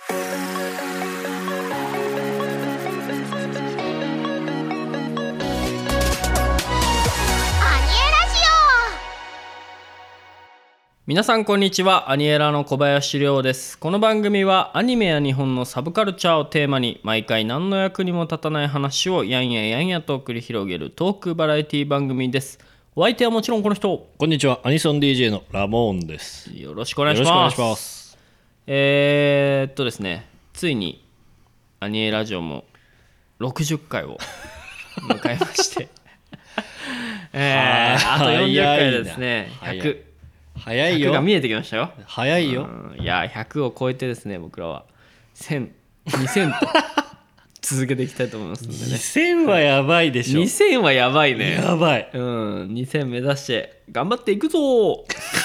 皆さんこんにちは。アニエラの小林亮です。この番組はアニメや日本のサブカルチャーをテーマに毎回何の役にも立たない話をやんややんやと繰り広げるトークバラエティ番組です。お相手はもちろんこの人。 こんにちは。アニソン DJ のラモーンです。 よろしくお願いします。よろしくお願いします。ですね、ついにアニエラジオも60回を迎えましてあと40回でですね、100 早いよ。 100が見えてきましたよ。 早いよ。 いや100を超えてですね、僕らは1000、2000と続けていきたいと思いますのでね。 2000はやばいでしょ。 2000はやばいね。 やばい。 2000目指して頑張っていくぞ。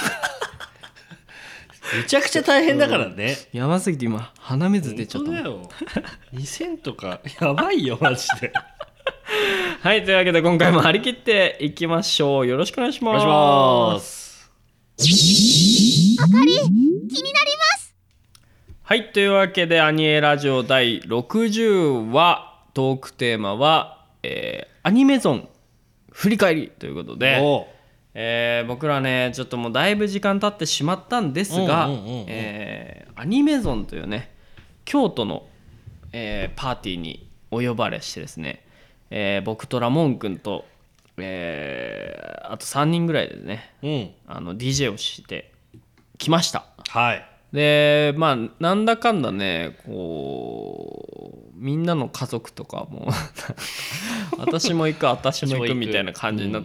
めちゃくちゃ大変だからね。 やばすぎて今鼻水出ちゃった。 本当だよ。2000とかやばいよマジで。 はい、というわけで今回も張り切っていきましょう。よろしくお願いします。 お願いします。 あかり気になります。 はい、というわけでアニエラジオ第60話トークテーマは、アニメゾン振り返りということで、僕らねちょっともうだいぶ時間経ってしまったんですが、アニメゾンというね京都の、パーティーにお呼ばれしてですね、僕とラモン君とあと3人ぐらいでね、DJ をしてきました。 はい。 でまあなんだかんだねこうみんなの家族とかも私も行くみたいな感じになって、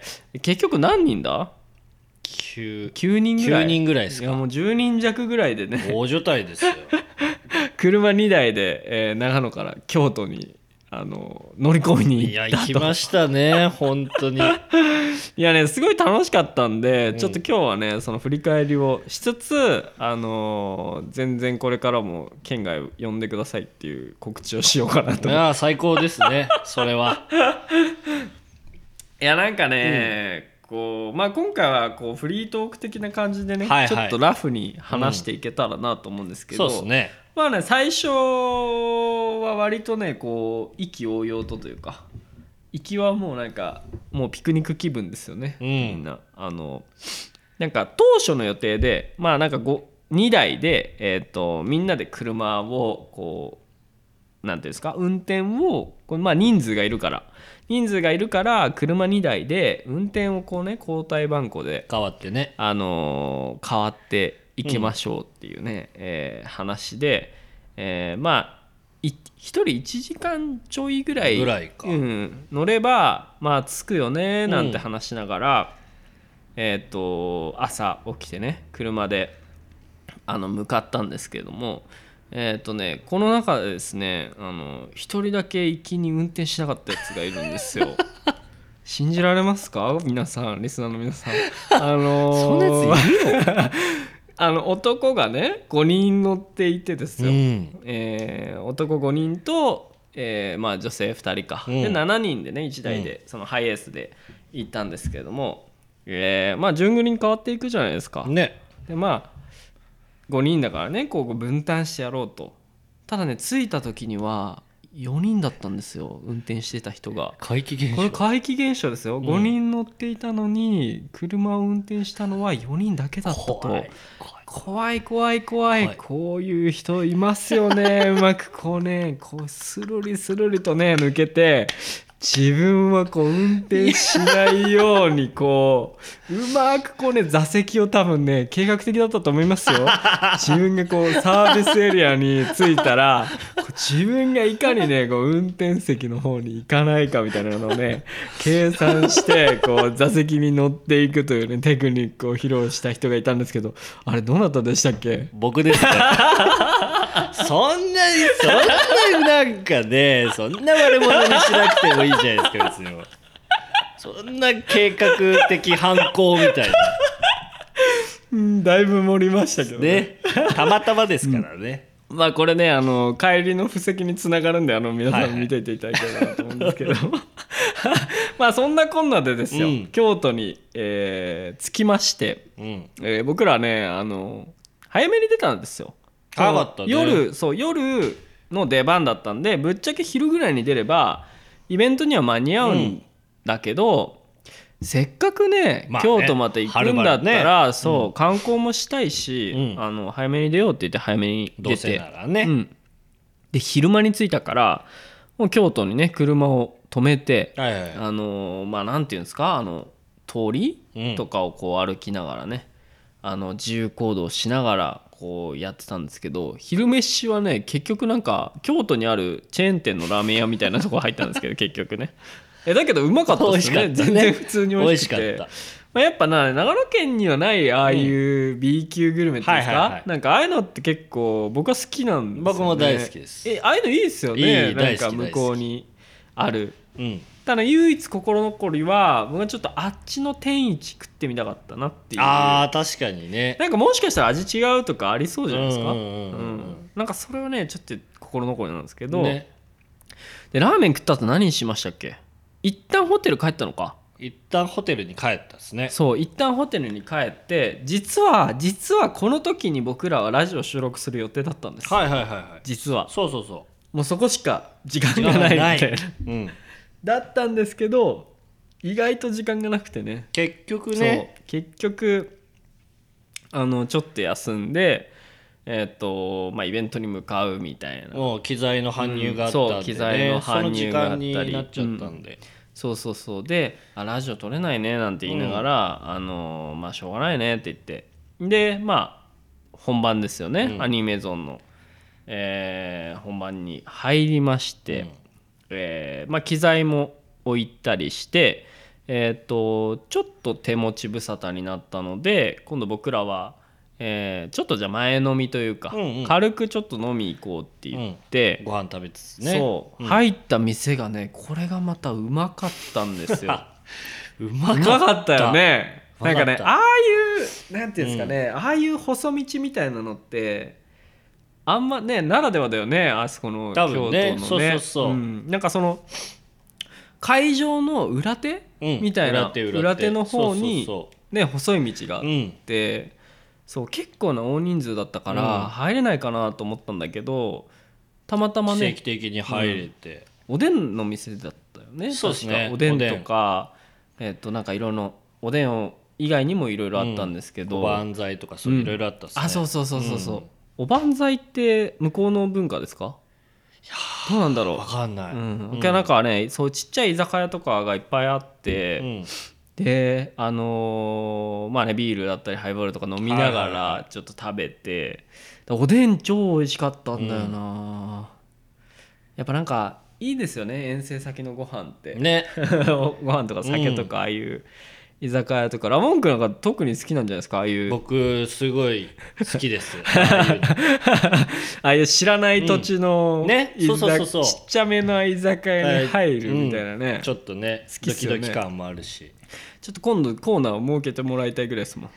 結局何人だ？9人ぐらい。 9人ぐらいですか。 いやもう10人弱ぐらいでね大所帯ですよ。 車2台で、長野から京都に乗り込みに行ったと。 いや行きましたね本当に。 いやねすごい楽しかったんで、ちょっと今日はねその振り返りをしつつ、全然これからも県外呼んでくださいっていう告知をしようかなと。 いや最高ですねそれは。 いやなんかね、こうまあ、今回はこうフリートーク的な感じでね、ちょっとラフに話していけたらなと思うんですけど、 そうですね。 まあね最初は割とねこう意気揚々とというか、行きはもうなんかもうピクニック気分ですよね、みんな。なんか当初の予定でまあなんか2台で、みんなで車をこうなんていうんですか運転をまあ人数がいるから車2台で運転をこうね交代番号で変わってね、 変わっていきましょうっていうね、話で、まあ1人1時間ちょいぐらいか、 乗ればまあ着くよねなんて話しながら、朝起きてね車で向かったんですけれども、この中でですね一人だけ行きに運転しなかったやつがいるんですよ。信じられますか皆さん、リスナーの皆さん。 そんなやついるの？ 男がね5人乗っていてですよ、男5人と、まあ、女性2人か、で7人でね1台で、そのハイエースで行ったんですけれども、まあ順繰りに変わっていくじゃないですか、 ね。 でまあ5人だからねこう分担してやろうと。ただね着いた時には4人だったんですよ、運転してた人が。 怪奇現象。 これ怪奇現象ですよ、5人乗っていたのに車を運転したのは4人だけだったと。怖いこういう人いますよね。うまくこうねこうスルリとね抜けて、自分はこう運転しないようにこううまくこうね座席を多分ね計画的だったと思いますよ。自分がこうサービスエリアに着いたら自分がいかにねこう運転席の方に行かないかみたいなのをね計算してこう座席に乗っていくというねテクニックを披露した人がいたんですけど、あれどなたでしたっけ？ 僕ですか。そんななんかねそんな悪者にしなくてもいいじゃないですか別に。そんな計画的犯行みたいな。 だいぶ盛りましたけどね。 たまたまですからね。 まあこれね帰りの布石につながるんで皆さん見ていていただければなと思うんですけど、まあそんなこんなでですよ、京都に、着きまして、僕らね早めに出たんですよ。 早かったね。 夜の出番だったんで、ぶっちゃけ昼ぐらいに出ればイベントには間に合うんだけど、せっかくね、京都まで行くんだったら、そう観光もしたいし、早めに出ようって言って早めに出て、 どうせならね、 で昼間に着いたからもう京都にね車を止めて、なんていうんですか、通りとかをこう歩きながらね、自由行動しながらこうやってたんですけど、昼飯はね結局なんか京都にあるチェーン店のラーメン屋みたいなとこ入ったんですけど結局ねだけどうまかったですね。全然普通に美味しくて、やっぱ長野県にはないああいう B 級グルメっていうんですか、なんかああいうのって結構僕は好きなんですよね。 僕も大好きです。 ああいうのいいですよね。なんか向こうにある、ただ唯一心残りは僕はちょっとあっちの天一食ってみたかったなっていう。 確かにね。 なんかもしかしたら味違うとかありそうじゃないですか。なんかそれはねちょっと心残りなんですけど、でラーメン食った後何しましたっけ。一旦ホテル帰ったのか。 一旦ホテルに帰ったですね。 そう一旦ホテルに帰って、実はこの時に僕らはラジオ収録する予定だったんです。実はそうもうそこしか時間がないみたいなだったんですけど、意外と時間がなくてね、 結局ね、 ちょっと休んでイベントに向かうみたいな、 もう機材の搬入があったんで、 機材の搬入があったり、 その時間になっちゃったんで、 そうでラジオ撮れないねなんて言いながら、しょうがないねって言って、で本番ですよね、アニメゾンの、本番に入りまして、機材も置いたりして、ちょっと手持ち無沙汰になったので、今度僕らはちょっとじゃあ前飲みというか、軽くちょっと飲み行こうって言って、 ご飯食べつつね、 入った店がね、これがまたうまかったんですようまかったよね。なんかね、ああいうなんていうんですかね、ああいう細道みたいなのってあんまねならではだよね、あそこの京都のね。なんかその会場の裏手みたいな、裏手の方にね細い道があって、結構な大人数だったから入れないかなと思ったんだけど、たまたまね奇跡的に入れて、 おでんの店だったよね。 そうですね。 おでんとかなんかいろいろおでん以外にもいろいろあったんですけど、 おばんざいとかそういろいろあったっすね。 そう、おばんざいって向こうの文化ですか。どうなんだろう、 分かんない。 なんかね、そうちっちゃい居酒屋とかがいっぱいあって、でビールだったりハイボールとか飲みながらちょっと食べて、おでん超美味しかったんだよな、やっぱなんかいいですよね、遠征先のご飯ってねご飯とか酒とかああいう居酒屋とか、ラモン君なんか特に好きなんじゃないですか、ああいう。 僕すごい好きですああいう知らない土地のちっちゃめの居酒屋に入るみたいなね、 ちょっとねドキドキ感もあるし、 ちょっと今度コーナーを設けてもらいたいぐらいですもん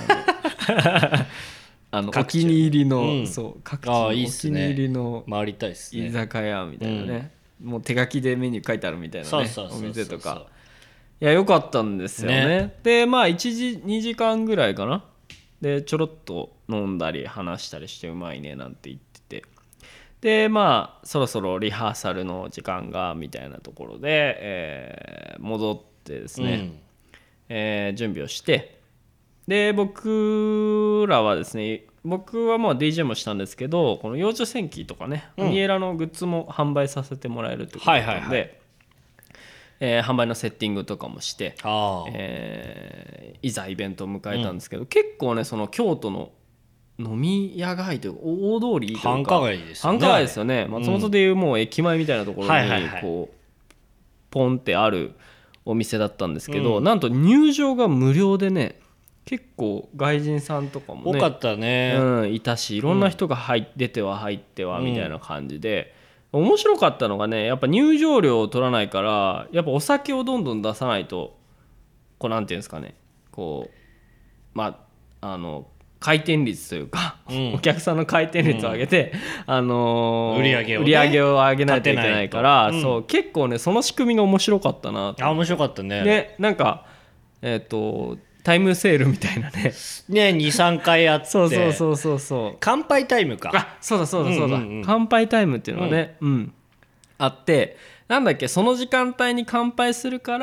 お気に入りの、各地のお気に入りの回りたいっすね、 居酒屋みたいなね、もう手書きでメニュー書いてあるみたいなね、お店とか。いや良かったんですよね。で1時2時間ぐらいかなでちょろっと飲んだり話したりしてうまいねなんて言ってて、でそろそろリハーサルの時間がみたいなところで、戻ってですね、準備をして、で僕らはですね、僕はDJ もしたんですけど、この幼女戦記とかね、アニエラのグッズも販売させてもらえるってことだったんで、販売のセッティングとかもして、いざイベントを迎えたんですけど、結構ねその京都の飲み屋街というか大通りというか繁華街ですよね、 繁華街ですよね、松本でいうもう駅前みたいなところにこうポンってあるお店だったんですけど、なんと入場が無料でね、結構外人さんとかもね多かったね、 いたし、いろんな人が出ては入ってはみたいな感じで、面白かったのがね、やっぱ入場料を取らないから、やっぱお酒をどんどん出さないと、こうなんていうんですかね、こう回転率というか、お客さんの回転率を上げて、売り上げを上げないといけないから、結構ねその仕組みが面白かったなと。 面白かったね。 なんかタイムセールみたいなねね、23回あってそうそうそうそうそう、 乾杯タイムか、 あそうだそうだそうだ、 うんうんうん乾杯タイムっていうのがね、あって、なんだっけ、その時間帯に乾杯するから、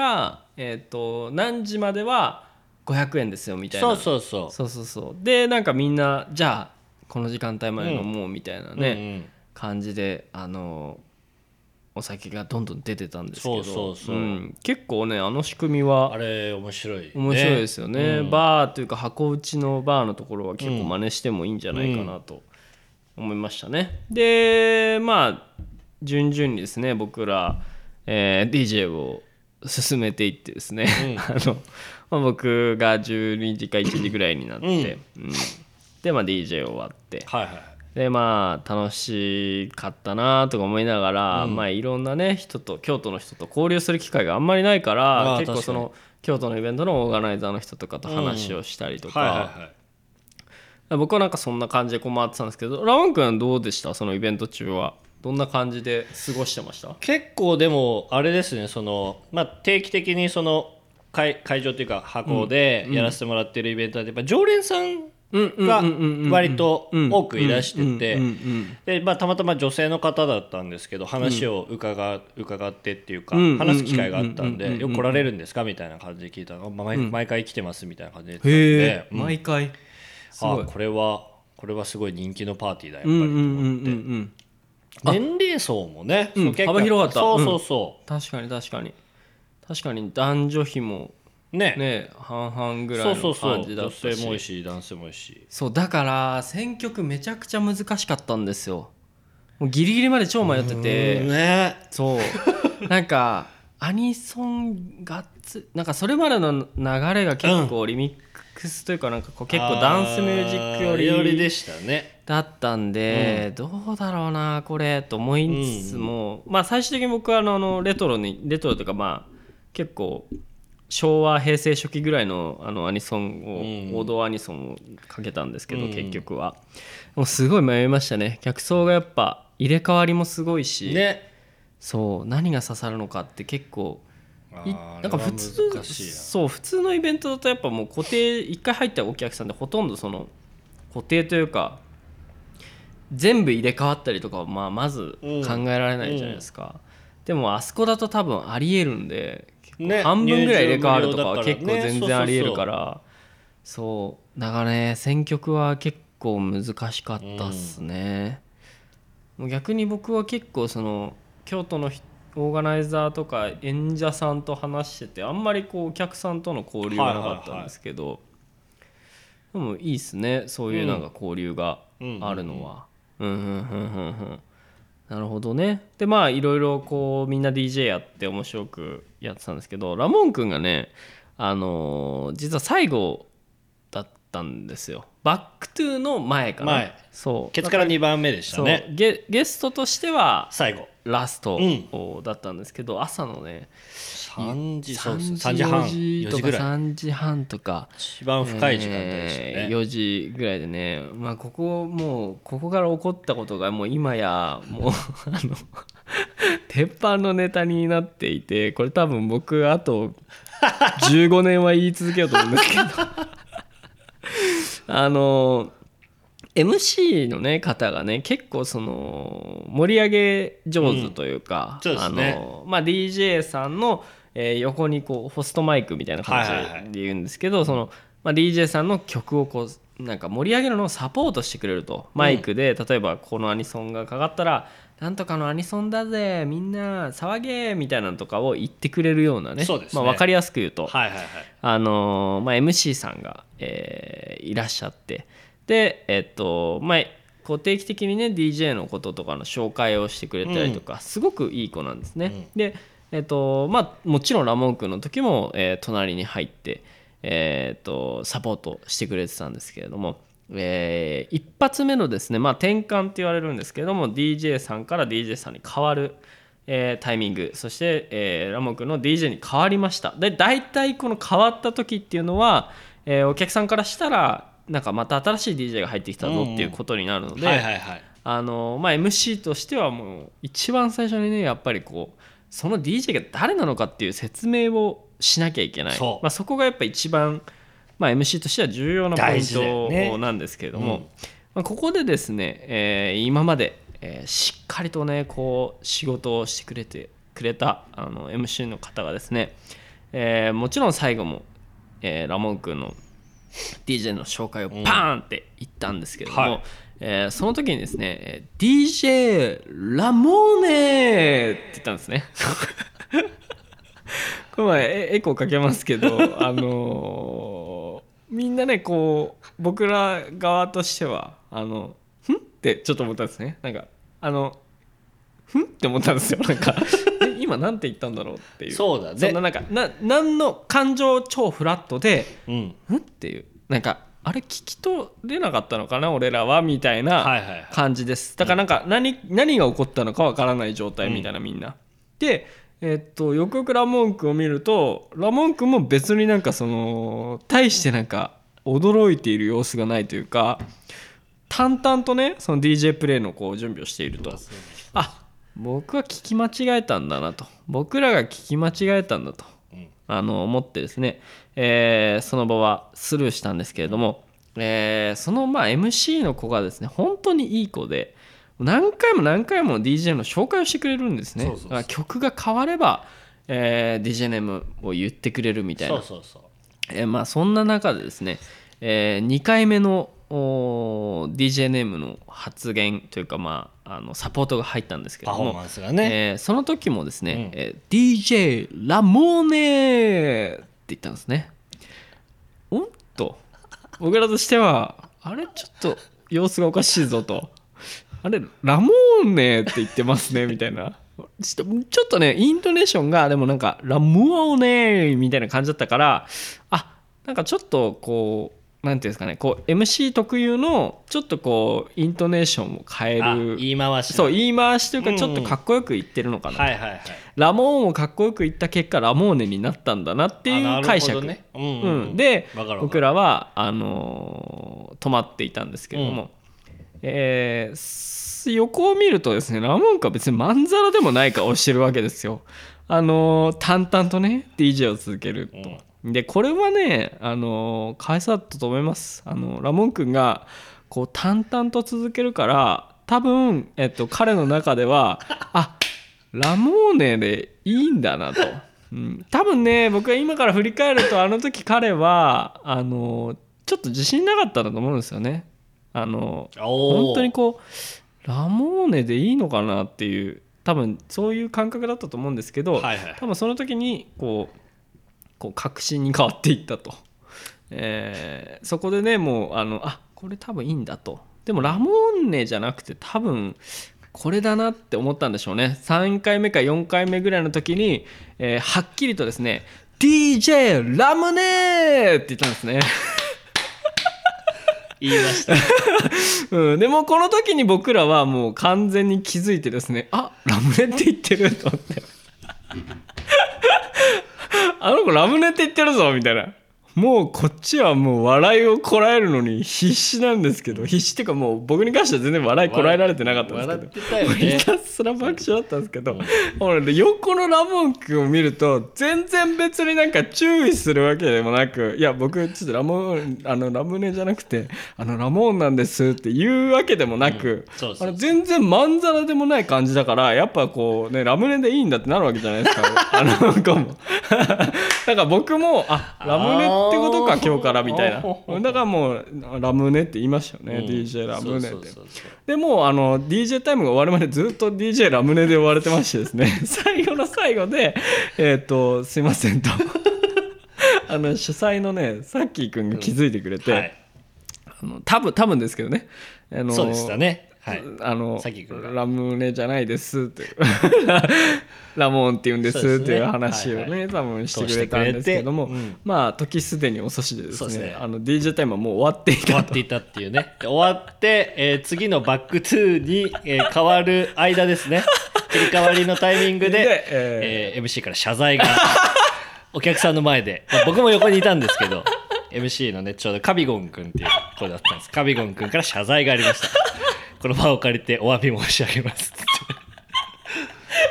何時までは500円ですよみたいな、 そうそうそうそうそうで、なんかみんなじゃあこの時間帯まで飲もうみたいなね、感じでお酒がどんどん出てたんですけど、 そうそうそう、 結構ね仕組みはあれ面白い、ね、 面白いですよね、バーというか箱打ちのバーのところは結構真似してもいいんじゃないかなと思いましたね。でまあ順々にですね僕ら、DJ を進めていってですね、僕が12時か1時ぐらいになって、でDJ 終わって、 はいはい、 でまあ楽しかったなとか思いながら、まあいろんなね人と京都の人と交流する機会があんまりないから、結構その京都のイベントのオーガナイザーの人とかと話をしたりとか、僕はなんかそんな感じで回ってたんですけど、ラモン君どうでした？そのイベント中はどんな感じで過ごしてました？ 結構でもあれですね、定期的にその会場というか箱でやらせてもらってるイベントでやっぱ常連さんが割と多くいらしてて、でたまたま女性の方だったんですけど、話を伺ってっていうか話す機会があったんで、よく来られるんですかみたいな感じで聞いたら、毎回来てますみたいな感じで言ってたんで、 毎回これはすごい人気のパーティーだやっぱりと思って、年齢層もね、 幅広かった。 そう、 確かに男女比もね半々ぐらいの感じだったし、 女性も多いし男性も多いし、 そうだから選曲めちゃくちゃ難しかったんですよ。もうギリギリまで超迷ってて、そうなんかアニソンなんかそれまでの流れが結構リミックスというか、なんかこう結構ダンスミュージックよりでしたねだったんで、どうだろうなこれと思いつつも、まあ最終的に僕はレトロというか、まあ結構昭和平成初期ぐらいのアニソンを、王道アニソンをかけたんですけど、結局はもうすごい迷いましたね。客層がやっぱ入れ替わりもすごいし、そう何が刺さるのかって結構なんか普通のイベントだとやっぱもう固定1回入ったお客さんでほとんどその固定というか全部入れ替わったりとかはまず考えられないじゃないですか、でもあそこだと多分ありえるんで、半分ぐらい入れ替わるとかは結構全然ありえるから、そうだからね選曲は結構難しかったっすね。もう逆に僕は結構その京都のオーガナイザーとか演者さんと話してて、あんまりこうお客さんとの交流はなかったんですけど、でもいいっすねそういうなんか交流があるのは。なるほどね。でまあいろいろこうみんな DJ やって面白くやってたんですけど、ラモン君がね実は最後だったんですよ。バックトゥーの前かな。そうケツから2番目でしたね。 ゲストとしては最後ラストだったんですけど、朝のね 3時半4時ぐらい、 3時半とか一番深い時間帯でしたね、 4時ぐらいでね、まあここから起こったことがもう今やもう鉄板のネタになっていて、これ多分僕あと15年は言い続けようと思うんですけどMC のね方がね結構その盛り上げ上手というか、DJ さんの横にこうホストマイクみたいな感じで言うんですけど、そのDJ さんの曲をこうなんか盛り上げるのをサポートしてくれると、マイクで例えばこのアニソンがかかったらなんとかのアニソンだぜみんな騒げみたいなのとかを言ってくれるようなね、分かりやすく言うと、MC さんがいらっしゃって、で定期的にね DJ のこととかの紹介をしてくれたりとか、すごくいい子なんですね、でもちろんラモン君の時も、隣に入って、サポートしてくれてたんですけれども、一発目のですね、転換って言われるんですけれども DJ さんから DJ さんに変わる、タイミング、そして、ラモン君の DJ に変わりました。で大体この変わった時っていうのは、お客さんからしたらなんかまた新しい DJ が入ってきたぞっていうことになるので、MC としてはもう一番最初にねやっぱりこうその DJ が誰なのかっていう説明をしなきゃいけない。そこがやっぱ一番、 まあ、MC としては重要なポイン大事だよねトなんですけれども、まあ、ここでですね、今まで、しっかりとねこう仕事をしてくれたMC の方がですね、もちろん最後も、ラモン君の DJ の紹介をパーンって言ったんですけれども、その時にですね DJ ラモーネって言ったんですねこの前エコーかけますけどみんなねこう僕ら側としてはんってちょっと思ったんですね。なんかふんって思ったんですよ。なんか今なんて言ったんだろうっていう。 そうだね。 そんななんか何の感情超フラットで、んっていうなんかあれ聞き取れなかったのかな俺らはみたいな感じです。だからなんか何が起こったのかわからない状態みたいなみんな。でよくよくラモン君を見るとラモン君も別になんか大してなんか驚いている様子がないというか淡々とねその DJ プレイのこう準備をしていると僕は聞き間違えたんだなと僕らが聞き間違えたんだと、思ってですね、その場はスルーしたんですけれども、そのMC の子がですね本当にいい子で何回も DJ の紹介をしてくれるんですね。だから曲が変われば、DJ ネームを言ってくれるみたいな。そんな中でですね、2回目のDJ ネームの発言というか、サポートが入ったんですけども、 パフォーマンスがね、 その時もですね、DJ ラモーネって言ったんですね。おっと僕らとしてはあれちょっと様子がおかしいぞとあれラモーネって言ってますねみたいなちょっとねイントネーションがでもなんかラモーネみたいな感じだったからなんかちょっとこうなんていうんですかねこう MC 特有のちょっとこうイントネーションを変える言い回しというかちょっとかっこよく言ってるのかな、ラモーンをかっこよく言った結果ラモーネになったんだなっていう解釈、で僕らは止まっていたんですけれども、横を見るとですねラモン君は別にまんざらでもない顔してるわけですよ。淡々とね DJ を続けると、でこれはね返さったと思います。ラモン君がこう淡々と続けるから多分、彼の中ではラモーネでいいんだなと、多分ね僕は今から振り返るとあの時彼はちょっと自信なかったんだと思うんですよね。本当にこうラモーネでいいのかなっていう多分そういう感覚だったと思うんですけど、多分その時にこう確信に変わっていったと、そこでねもうこれ多分いいんだと。でもラモーネじゃなくて多分これだなって思ったんでしょうね。3回目か4回目ぐらいの時に、はっきりとですね DJ ラムネって言ったんですね言いましたでもこの時に僕らはもう完全に気づいてですねラムネって言ってると思ってあの子ラムネって言ってるぞみたいな。もうこっちはもう笑いをこらえるのに必死なんですけど、必死っていうかもう僕に関しては全然笑いこらえられてなかったんですけど、ひたすら爆笑だったんですけど、横のラモン君を見ると全然別になんか注意するわけでもなく、いや僕ちょっとラムネじゃなくてラモンなんですって言うわけでもなく、全然まんざらでもない感じだから、やっぱこうねラムネでいいんだってなるわけじゃないですか子もだから僕もラムネってことか今日からみたいな。だからもうラムネって言いましたよね、DJ ラムネって。でもDJ タイムが終わるまでずっと DJ ラムネで終われてましてですね最後の最後ですいませんと主催のねさっきーくんが気づいてくれて、多分ですけどねそうでしたね、 ラムネじゃないですってラモンって言うんですっていう話をね多分してくれたんですけども、時すでに遅しでですねDJ タイムはもう終わっていたっていうね。終わって、次のバックトゥーに、変わる間ですね切り替わりのタイミングで、MC から謝罪がお客さんの前で、僕も横にいたんですけどMC のねちょうどカビゴン君っていう子だったんです。カビゴン君から謝罪がありましたこの場を借りてお詫び申し上げますって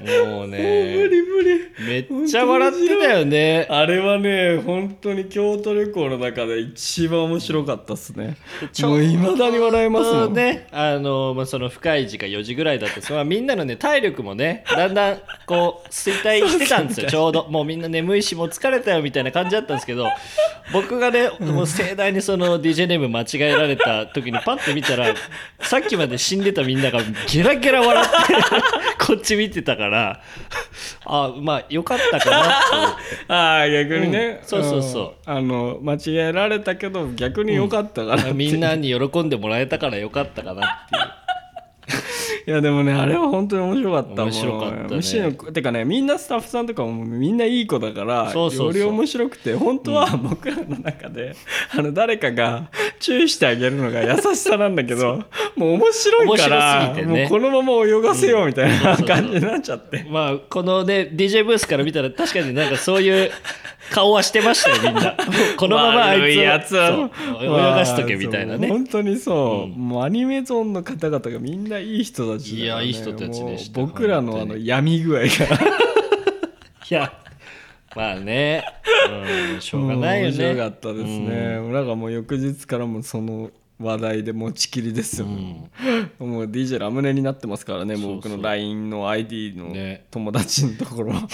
もうね無理無理。 めっちゃ笑ってたよね。 あれはね本当に京都旅行の中で一番面白かったっすね。もう未だに笑えますもんね。その深い時間4時ぐらいだったみんなのね体力もねだんだんこう衰退してたんですよ。ちょうどもうみんな眠いしもう疲れたよみたいな感じだったんですけど、僕がねもう盛大にその DJ ネーム間違えられた時にパッて見たらさっきまで死んでたみんながゲラゲラ笑ってこっち見てたからまあよかったかなと思って逆にね、 そうそうそう間違えられたけど逆に良かったからって、 みんなに喜んでもらえたからよかったかなっていう。 いやでもねあれは本当に面白かった。 面白かったね。 むしろてかねみんなスタッフさんとかもみんないい子だからそうそうそうより面白くて、本当は僕らの中で、誰かが注意してあげるのが優しさなんだけどもう面白いから面白すぎてねもうこのまま泳がせようみたいな感じになっちゃって、 まあこのね DJ ブースから見たら確かになんかそういう顔はしてましたよみんな。このままあいつをやつは泳がしとけみたいなね。 本当にそう、もうアニメゾーンの方々がみんないい人たちだから、ね、 いやいい人たちでした。 もう僕らの闇具合がいやまあね、しょうがないよね。 面白かったですね、なんかもう翌日からもその話題で持ちきりですよ、もう DJ ラムネになってますからね。もう僕の LINE の ID の友達のところ、ね、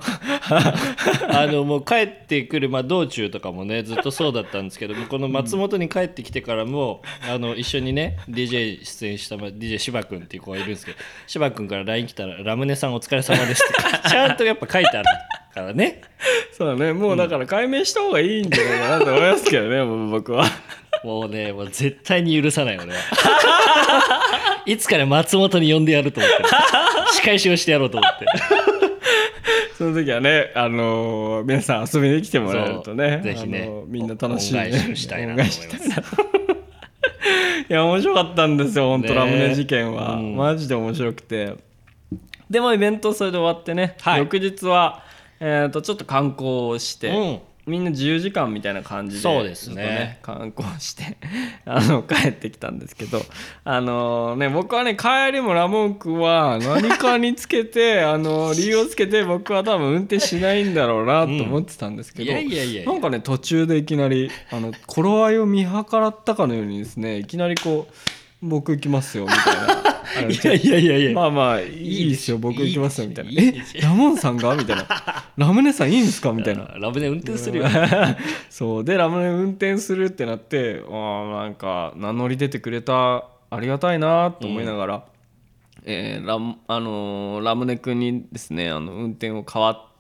もう帰ってくる、道中とかもねずっとそうだったんですけど、この松本に帰ってきてからも、一緒にね DJ 出演した、DJ 芝君っていう子がいるんですけど、芝君から LINE 来たらラムネさんお疲れ様ですってちゃんとやっぱ書いてあるからね。 そうだね、もうだから解明した方がいいんじゃないかなと思いますけどね、もう僕はもう絶対に許さない俺はいつかね松本に呼んでやると思ってる仕返しをしてやろうと思ってその時はね、皆さん遊びに来てもらえるとね、 ぜひねみんな楽しいね恩返しをしたいなと思いますいや面白かったんですよ本当、ラムネ事件は、マジで面白くて。でもイベントそれで終わってね、翌日は、ちょっと観光をして、みんな自由時間みたいな感じでそうですね観光して帰ってきたんですけど、僕はね帰りもラモン君は何かにつけて理由をつけて僕は多分運転しないんだろうなと思ってたんですけど、なんかね途中でいきなり頃合いを見計らったかのようにですね、いきなりこう僕行きますよみたいないやまあまあいいですよ僕行きますよみたいな、ラモンさんがみたいなラムネさんいいんですかみたいなラムネ運転するよそうでラムネ運転するってなって、なんか名乗り出てくれたありがたいなと思いながら、ラムネ君にですね運転を代わって、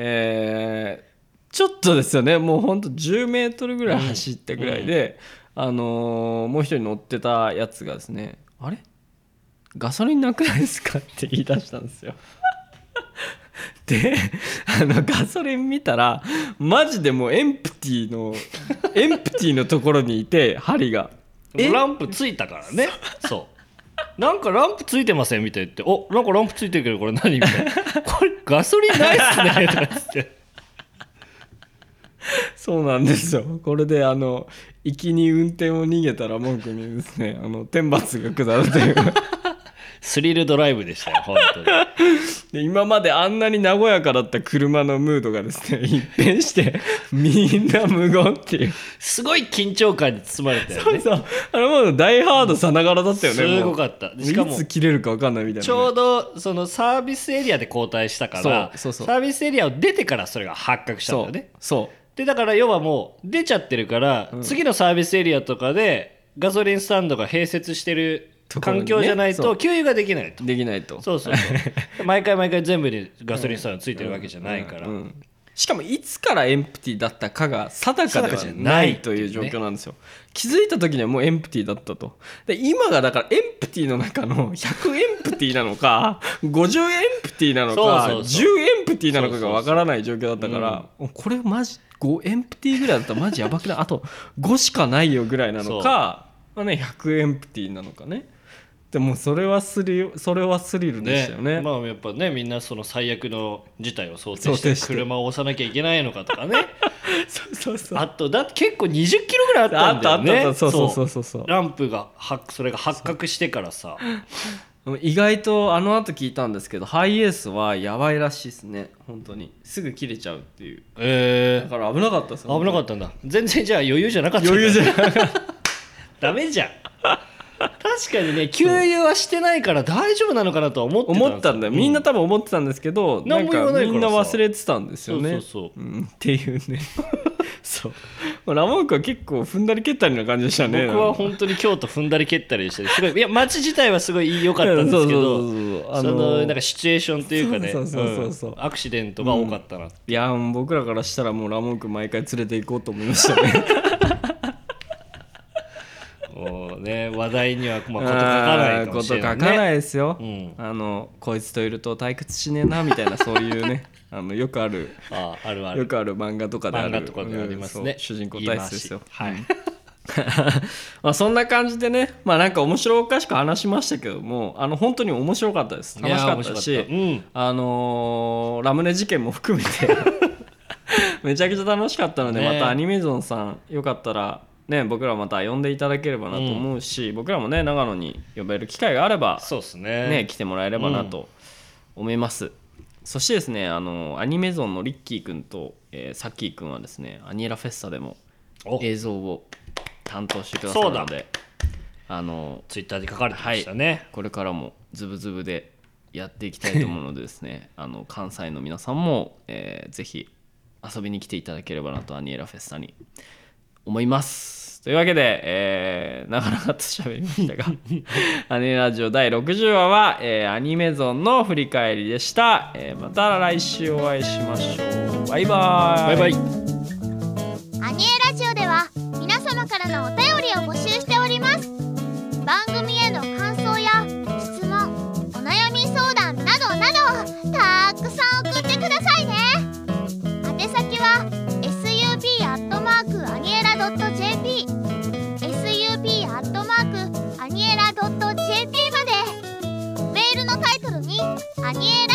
ちょっとですよね、もうほんと10メートルぐらい走ったぐらいで、もう一人乗ってたやつがですね、あれガソリンなくないですかって言い出したんですよでガソリン見たらマジでもうエンプティのところにいて針がランプついたからねそうなんかランプついてませんみたいな言って、なんかランプついてるけどこれ何みたいなこれガソリンないっすねとか言ってそうなんですよ。これで行きに運転を逃げたら文句にですね天罰が下るというスリルドライブでしたよ本当にで今まであんなに和やかだった車のムードがですね一変してみんな無言っていうすごい緊張感に包まれたよね。 そうもう大ハードさながらだったよね、 すごかった。 しかもいつ切れるか分かんないみたいな、ね、 ちょうどそのサービスエリアで交代したからそうサービスエリアを出てからそれが発覚したんだよね。 そうでだから要はもう出ちゃってるから、次のサービスエリアとかでガソリンスタンドが併設してる環境じゃないと給油ができないと。そう毎回全部でガソリンスタンドついてるわけじゃないから、 しかもいつからエンプティだったかが定かではないという状況なんですよ。気づいた時にはもうエンプティだったと。で今がだからエンプティの中の100エンプティなのか50エンプティなのか10エンプティなのかがわからない状況だったから、これマジ5エンプティぐらいだったらマジやばくない、あと5しかないよぐらいなのか、100エンプティなのかね。でもそれはスリルでしたよね。 まあやっぱねみんなその最悪の事態を想定して車を押さなきゃいけないのかとかねそうあとだって結構20キロぐらいあったんだよね。 そうランプがそれが発覚してからさ意外とあの後聞いたんですけどハイエースはやばいらしいですね。本当にすぐ切れちゃうっていうだから危なかったですよ。 危なかったんだ。全然じゃあ余裕じゃなかったんだ。 余裕じゃなかったダメじゃん。確かにね、給油はしてないから大丈夫なのかなとは思ってたんですよ。 思ったんだよ、みんな多分思ってたんですけど、なんかみんな忘れてたんですよね。っていうねそうラモン君は結構踏んだり蹴ったりな感じでしたね。 僕は本当に京都踏んだり蹴ったりしてすごい、いや街自体はすごい良かったんですけど、そのなんかシチュエーションっていうかね、アクシデントが多かったな。 いや僕らからしたらもうラモン君毎回連れて行こうと思いましたね。 もうね、話題にはまあこと書かないかもしれないね。 こと書かないですよ、こいつといると退屈しねえなみたいなそういうねよくあるよくある漫画とかである漫画とかでありますね、 主人公体質ですよ。 はいまあそんな感じでね、まあなんか面白おかしく話しましたけども本当に面白かったです。楽しかったし、ラムネ事件も含めてめちゃくちゃ楽しかったので、またアニメゾンさんよかったらね、僕らまた呼んでいただければなと思うし、僕らもね長野に呼べる機会があればそうですね、 来てもらえればなと思います。そしてですねアニメゾンのリッキーくんと、サッキーくんはですねアニエラフェスタでも映像を担当してくださるので、 ツイッターで書かれてましたね、 これからもズブズブでやっていきたいと思うのでですね関西の皆さんも、ぜひ遊びに来ていただければなとアニエラフェスタに思います。というわけで、長々と喋りましたがアニメラジオ第60話は、アニメゾンの振り返りでした。また来週お会いしましょう。バイバイ。 バイバイ。 アニエラジオでは皆様からのお便りを募集しております。番組への感想や質問、お悩み相談などなどたくさん送ってくださいね。宛先は sub@aniera.jp sub@aniera.jp まで。メールのタイトルにアニエラ